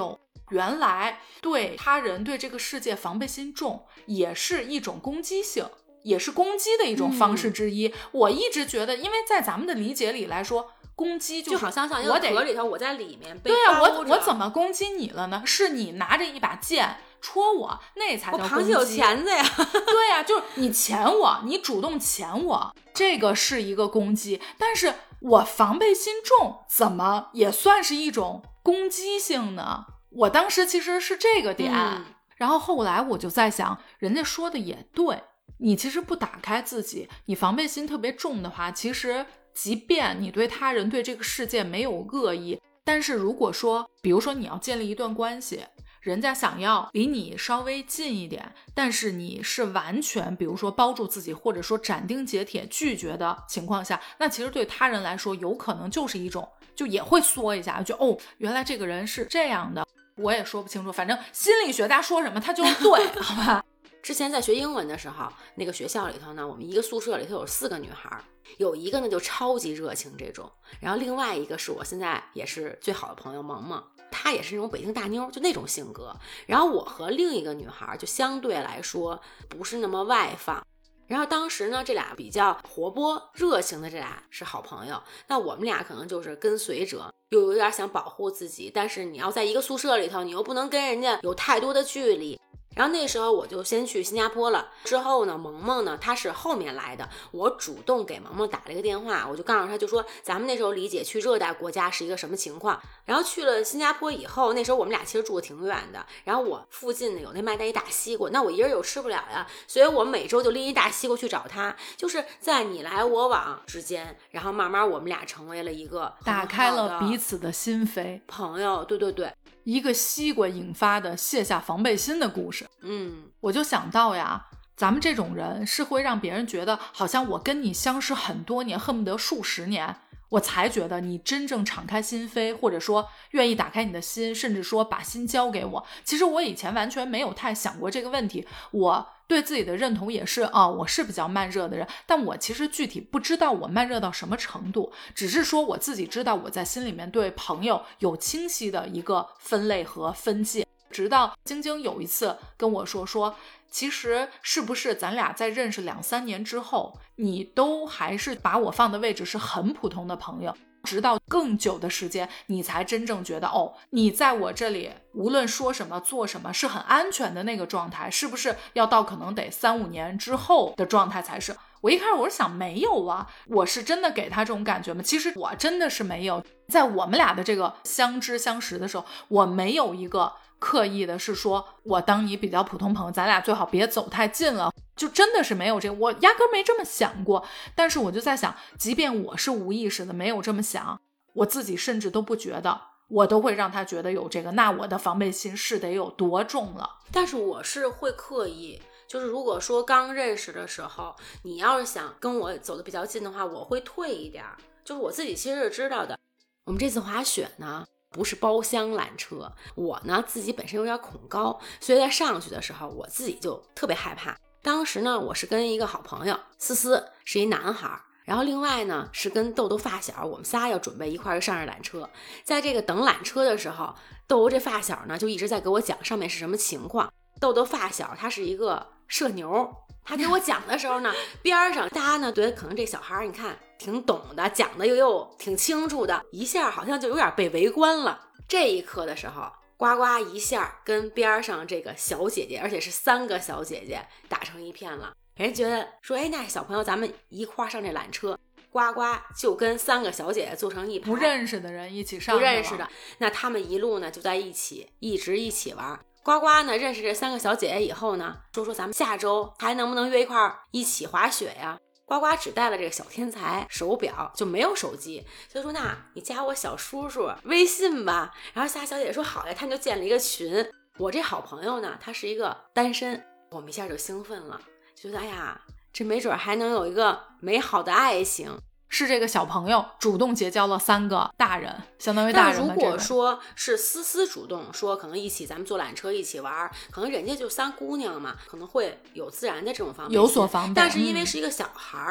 原来对他人对这个世界防备心重也是一种攻击性，也是攻击的一种方式之一。我一直觉得，因为在咱们的理解里来说，攻击就好像像一个壳里头，我在里面被对啊， 包着我怎么攻击你了呢？是你拿着一把剑戳我，那才叫攻击。 螃蟹有钳子呀。 对呀，就是你钳我，你主动钳我，这个是一个攻击。但是我防备心重，怎么也算是一种攻击性呢？我当时其实是这个点，然后后来我就在想，人家说的也对，你其实不打开自己，你防备心特别重的话，其实即便你对他人对这个世界没有恶意，但是如果说比如说你要建立一段关系，人家想要离你稍微近一点，但是你是完全比如说包住自己，或者说斩钉截铁拒绝的情况下，那其实对他人来说有可能就是一种就也会缩一下，就原来这个人是这样的，我也说不清楚，反正心理学家说什么他就对好吧。 之前在学英文的时候，那个学校里头呢，我们一个宿舍里头有4个女孩，有一个呢就超级热情这种，然后另外一个是我现在也是最好的朋友萌萌，她也是那种北京大妞，就那种性格。然后我和另一个女孩就相对来说不是那么外放，然后当时呢这俩比较活泼热情的这俩是好朋友，那我们俩可能就是跟随者，又有点想保护自己，但是你要在一个宿舍里头，你又不能跟人家有太多的距离。然后那时候我就先去新加坡了，之后呢萌萌呢她是后面来的，我主动给萌萌打了一个电话，我就告诉她，就说咱们那时候理解去热带国家是一个什么情况。然后去了新加坡以后，那时候我们俩其实住的挺远的，然后我附近呢有那卖带一大西瓜，那我一人有吃不了呀，所以我每周就拎一大西瓜去找她，就是在你来我往之间，然后慢慢我们俩成为了一个打开了彼此的心扉朋友。对对对， 一个西瓜引发的卸下防备心的故事。我就想到呀，咱们这种人是会让别人觉得好像我跟你相识很多年，恨不得数十年，我才觉得你真正敞开心扉，或者说愿意打开你的心，甚至说把心交给我。其实我以前完全没有太想过这个问题，我对自己的认同也是我是比较慢热的人，但我其实具体不知道我慢热到什么程度，只是说我自己知道我在心里面对朋友有清晰的一个分类和分界。直到晶晶有一次跟我说其实是不是咱俩在认识2-3年之后，你都还是把我放的位置是很普通的朋友，直到更久的时间你才真正觉得你在我这里无论说什么做什么是很安全的那个状态，是不是要到可能得3-5年之后的状态才是。我一开始我是想没有啊，我是真的给他这种感觉吗？其实我真的是没有，在我们俩的这个相知相识的时候，我没有一个刻意的是说我当你比较普通朋友，咱俩最好别走太近了，就真的是没有这个，我压根没这么想过。但是我就在想，即便我是无意识的没有这么想，我自己甚至都不觉得，我都会让他觉得有这个，那我的防备心是得有多重了。 但是我是会刻意，就是如果说刚认识的时候，你要是想跟我走得比较近的话，我会退一点，就是我自己其实是知道的。我们这次滑雪呢不是包厢缆车，我呢自己本身有点恐高，所以在上去的时候我自己就特别害怕。当时呢我是跟一个好朋友思思，是一男孩，然后另外呢是跟豆豆发小，我们仨要准备一块儿上这缆车。在这个等缆车的时候，豆豆这发小呢就一直在给我讲上面是什么情况。豆豆发小他是一个社牛，他给我讲的时候呢边上大家呢觉得可能这小孩你看挺懂的，讲的又挺清楚的，一下好像就有点被围观了。这一刻的时候，呱呱一下跟边上这个小姐姐，而且是3个小姐姐打成一片了。人觉得说那小朋友咱们一块上这缆车，呱呱就跟3个小姐姐坐成一排， 不认识的人一起上， 不认识的，那他们一路呢就在一起，一直一起玩。呱呱呢认识这3个小姐姐以后呢，说咱们下周还能不能约一块一起滑雪呀？呱呱只带了这个小天才手表，就没有手机，所以说那你加我小叔叔微信吧。然后夏小姐说好呀，他们就建了一个群。我这好朋友呢他是一个单身，我们一下就兴奋了，觉得哎呀这没准还能有一个美好的爱情。 是这个小朋友主动结交了3个大人，相当于大人。 但如果说是思思主动说可能一起咱们坐缆车一起玩，可能人家就3姑娘嘛，可能会有自然的这种防备， 有所防备。 但是因为是一个小孩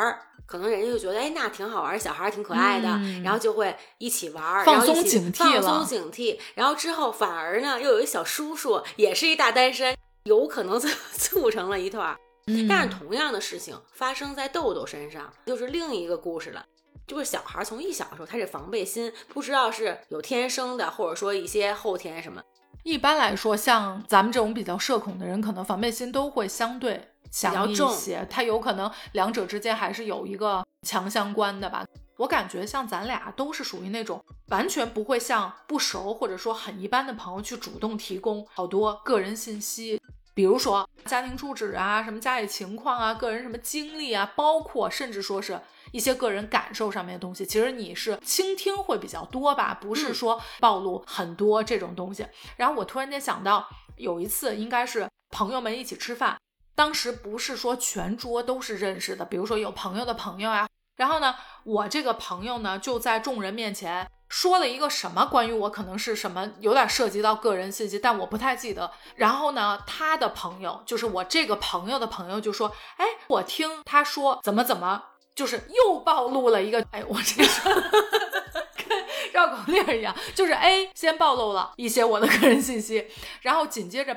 可能人家就觉得哎那挺好玩，小孩挺可爱的，然后就会一起玩， 放松警惕了， 放松警惕，然后之后反而呢又有一小叔叔也是一大单身，有可能促成了一段。但是同样的事情发生在豆豆身上就是另一个故事了，就是小孩从一小的时候他这防备心不知道是有天生的或者说一些后天什么。 一般来说像咱们这种比较社恐的人可能防备心都会相对强一些，他有可能两者之间还是有一个强相关的吧。我感觉像咱俩都是属于那种完全不会向不熟或者说很一般的朋友去主动提供好多个人信息，比如说家庭住址啊，什么家里情况啊，个人什么经历啊，包括甚至说是一些个人感受上面的东西，其实你是倾听会比较多吧，不是说暴露很多这种东西。然后我突然间想到有一次应该是朋友们一起吃饭，当时不是说全桌都是认识的，比如说有朋友的朋友啊，然后呢我这个朋友呢就在众人面前说了一个什么关于我可能是什么有点涉及到个人信息，但我不太记得。然后呢他的朋友就是我这个朋友的朋友就说，哎，我听他说怎么就是又暴露了一个，哎，我这说跟绕口令一样，就是 A 先暴露了一些我的个人信息，然后紧接着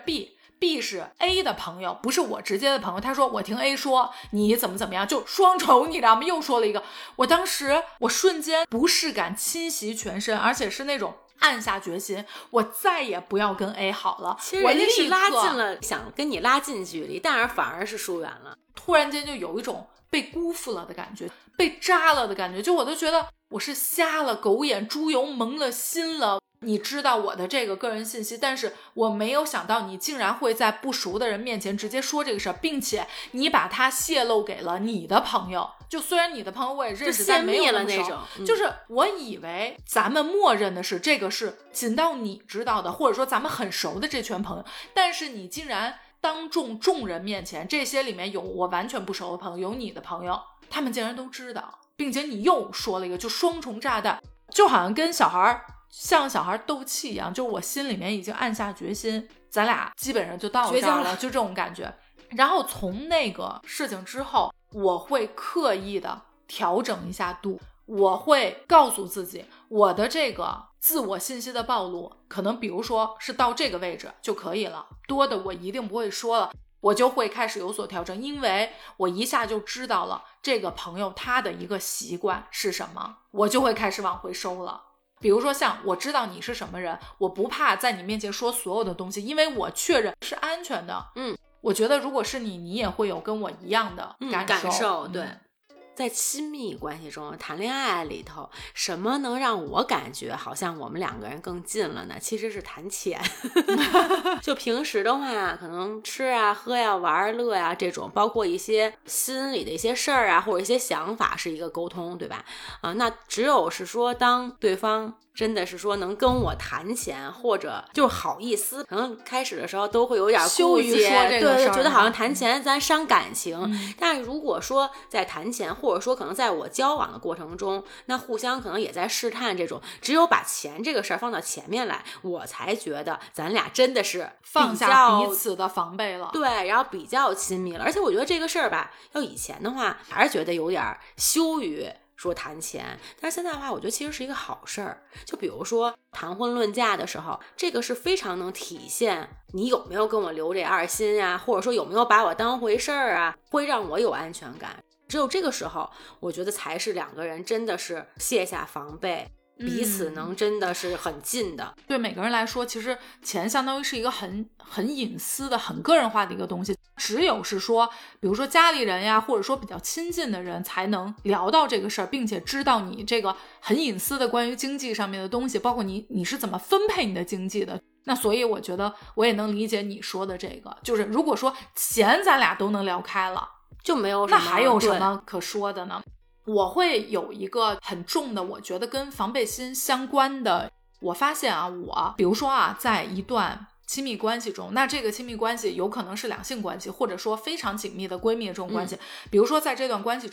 B 是 A 的朋友，不是我直接的朋友，他说我听 A 说你怎么样，就双重你知道吗？又说了一个，我当时我瞬间不适感侵袭全身，而且是那种暗下决心我再也不要跟 A 好了。 其实人家是拉近了，想跟你拉近距离，但是反而是疏远了， 突然间就有一种被辜负了的感觉，被扎了的感觉，就我都觉得我是瞎了狗眼猪油蒙了心了。你知道我的这个个人信息，但是我没有想到你竟然会在不熟的人面前直接说这个事儿，并且你把它泄露给了你的朋友。就虽然你的朋友我也认识，但没有那么熟，就是我以为咱们默认的是这个是仅到你知道的，或者说咱们很熟的这群朋友，但是你竟然当众人面前，这些里面有我完全不熟的朋友，有你的朋友，他们竟然都知道，并且你又说了一个就双重炸弹，就好像跟像小孩斗气一样，就我心里面已经暗下决心，咱俩基本上就到这儿了，就这种感觉。然后从那个事情之后，我会刻意的调整一下度，我会告诉自己我的这个自我信息的暴露可能比如说是到这个位置就可以了，多的我一定不会说了，我就会开始有所调整，因为我一下就知道了这个朋友他的一个习惯是什么，我就会开始往回收了。比如说像我知道你是什么人，我不怕在你面前说所有的东西，因为我确认是安全的。我觉得如果是你也会有跟我一样的感受。对，在亲密关系中谈恋爱里头，什么能让我感觉好像我们两个人更近了呢？其实是谈钱就平时的话可能吃啊喝呀玩乐呀这种，包括一些心里的一些事儿啊或者一些想法是一个沟通，对吧？那只有是说当对方真的是说能跟我谈钱，或者就是好意思，可能开始的时候都会有点羞于说这个事儿， 对，觉得好像谈钱咱伤感情。但是如果说在谈钱，或者说可能在我交往的过程中，那互相可能也在试探这种，只有把钱这个事儿放到前面来，我才觉得咱俩真的是放下彼此的防备了， 对，然后比较亲密了。而且我觉得这个事儿吧，要以前的话还是觉得有点羞于说谈钱，但是现在的话我觉得其实是一个好事儿。就比如说谈婚论嫁的时候，这个是非常能体现你有没有跟我留这二心啊，或者说有没有把我当回事儿啊，会让我有安全感。只有这个时候我觉得才是两个人真的是卸下防备，彼此能真的是很近的。 对每个人来说，其实钱相当于是一个很隐私的很个人化的一个东西，只有是说比如说家里人呀，或者说比较亲近的人才能聊到这个事儿，并且知道你这个很隐私的关于经济上面的东西，包括你是怎么分配你的经济的。那所以我觉得我也能理解你说的这个，就是如果说钱咱俩都能聊开了， 就没有什么， 那还有什么可说的呢？我会有一个很重的，我觉得跟防备心相关的，我发现啊，比如说啊，在一段亲密关系中，那这个亲密关系有可能是两性关系，或者说非常紧密的闺蜜的这种关系，比如说在这段关系中，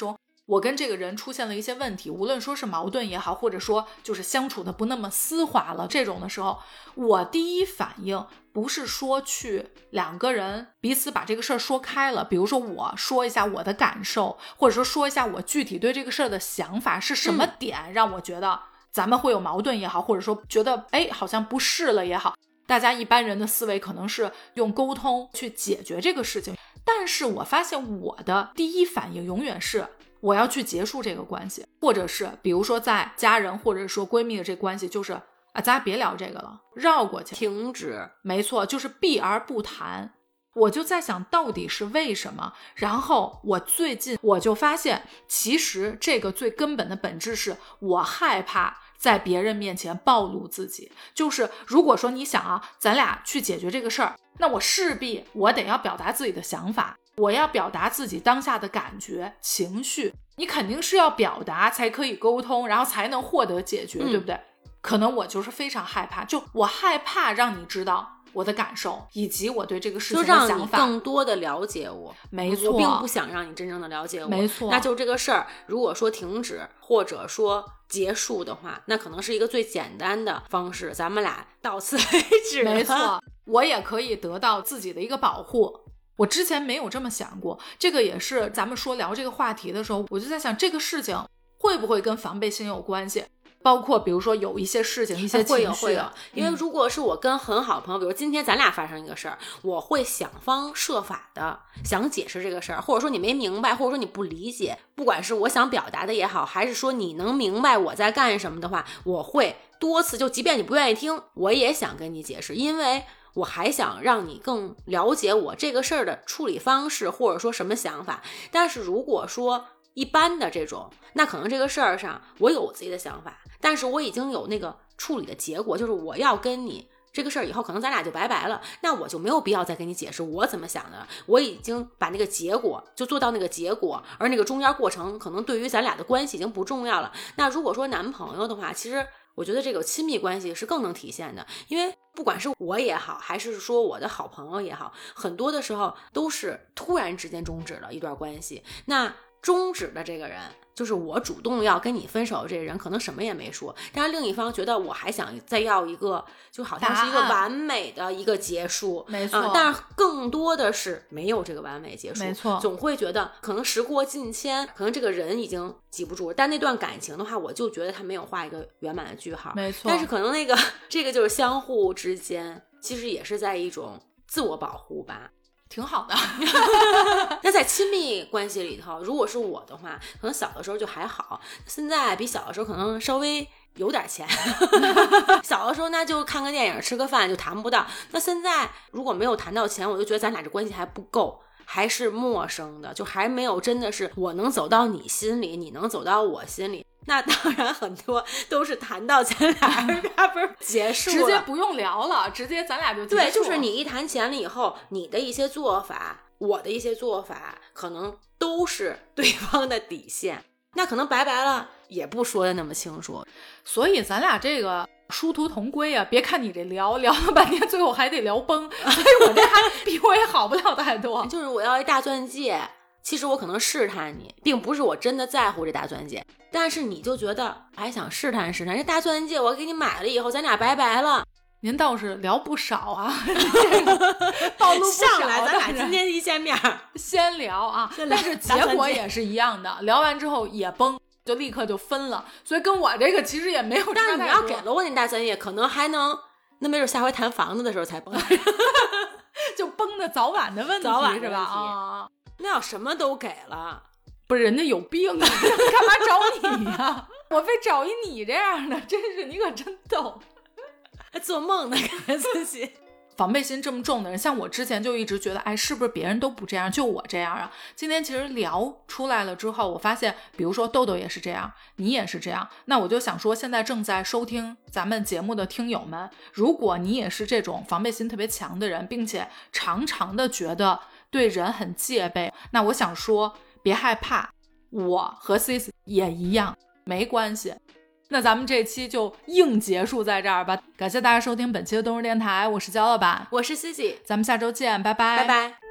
我跟这个人出现了一些问题，无论说是矛盾也好，或者说就是相处的不那么丝滑了，这种的时候，我第一反应不是说去两个人彼此把这个事儿说开了，比如说我说一下我的感受，或者说一下我具体对这个事儿的想法是什么点让我觉得咱们会有矛盾也好，或者说觉得好像不是了也好，大家一般人的思维可能是用沟通去解决这个事情，但是我发现我的第一反应永远是我要去结束这个关系，或者是比如说在家人或者说闺蜜的这关系，就是咱别聊这个了，绕过去， 停止。 没错，就是避而不谈。我就在想到底是为什么，然后我最近我就发现其实这个最根本的本质是我害怕在别人面前暴露自己。就是如果说你想咱俩去解决这个事儿，那我势必我得要表达自己的想法，我要表达自己当下的感觉情绪，你肯定是要表达才可以沟通，然后才能获得解决，对不对？可能我就是非常害怕，就我害怕让你知道我的感受以及我对这个事情的想法， 就让你更多的了解我。 没错， 我并不想让你真正的了解我。 没错， 那就这个事儿，如果说停止或者说结束的话，那可能是一个最简单的方式，咱们俩到此为止。 没错，我也可以得到自己的一个保护。我之前没有这么想过，这个也是咱们说聊这个话题的时候，我就在想这个事情会不会跟防备心有关系，包括比如说有一些事情一些情绪会有，因为如果是我跟很好朋友，比如今天咱俩发生一个事儿，我会想方设法的想解释这个事儿，或者说你没明白，或者说你不理解，不管是我想表达的也好，还是说你能明白我在干什么的话，我会多次，就即便你不愿意听，我也想跟你解释，因为我还想让你更了解我这个事儿的处理方式，或者说什么想法。但是如果说一般的这种，那可能这个事儿上我有我自己的想法，但是我已经有那个处理的结果，就是我要跟你这个事儿以后可能咱俩就拜拜了，那我就没有必要再跟你解释我怎么想的，我已经把那个结果就做到那个结果，而那个中间过程可能对于咱俩的关系已经不重要了。那如果说男朋友的话，其实我觉得这个亲密关系是更能体现的，因为不管是我也好，还是说我的好朋友也好，很多的时候都是突然之间终止了一段关系，那终止的这个人就是我主动要跟你分手的这个人，可能什么也没说，但是另一方觉得我还想再要一个就好像是一个完美的一个结束， 没错， 但是更多的是没有这个完美结束， 没错， 总会觉得可能时过境迁，可能这个人已经记不住了，但那段感情的话，我就觉得他没有画一个圆满的句号， 没错， 但是可能这个就是相互之间其实也是在一种自我保护吧， 挺好的。 那在亲密关系里头，如果是我的话，可能小的时候就还好，现在比小的时候可能稍微有点钱。小的时候那就看个电影吃个饭就谈不到，那现在如果没有谈到钱，我就觉得咱俩这关系还不够，还是陌生的，就还没有真的是我能走到你心里，你能走到我心里。那当然很多都是谈到咱俩不是结束了， 直接不用聊了，直接咱俩就结束了。 对，就是你一谈钱了以后，你的一些做法，我的一些做法，可能都是对方的底线，那可能拜拜了也不说的那么清楚。 所以咱俩这个殊途同归啊！别看你这聊了半天，最后还得聊崩，所以我这还比我也好不了太多。 就是我要一大钻戒，其实我可能试探你，并不是我真的在乎这大钻戒，但是你就觉得还想试探试探，这大钻戒我给你买了以后，咱俩拜拜了。 您倒是聊不少啊，暴露不少。 上来咱俩今天一见面先聊啊，但是结果也是一样的，聊完之后也崩，就立刻就分了。所以跟我这个其实也没有差太多。 但是你要给了我那大钻戒，可能还能，那没准下回谈房子的时候才崩。 就崩的早晚的问题， 早晚是吧？啊， 那要什么都给了， 不是人家有病啊，干嘛找你呀？我非找一你这样的，真是你可真逗。 还做梦呢，感觉自己防备心这么重的人，像我之前就一直觉得，是不是别人都不这样，就我这样啊？今天其实聊出来了之后，我发现，比如说豆豆也是这样，你也是这样，那我就想说，现在正在收听咱们节目的听友们，如果你也是这种防备心特别强的人，并且常常的觉得对人很戒备，那我想说，别害怕，我和 Cici 也一样，没关系。那咱们这期就硬结束在这儿吧，感谢大家收听本期的东日电台，我是焦老板， 我是 Cici， 咱们下周见，拜拜， 拜拜。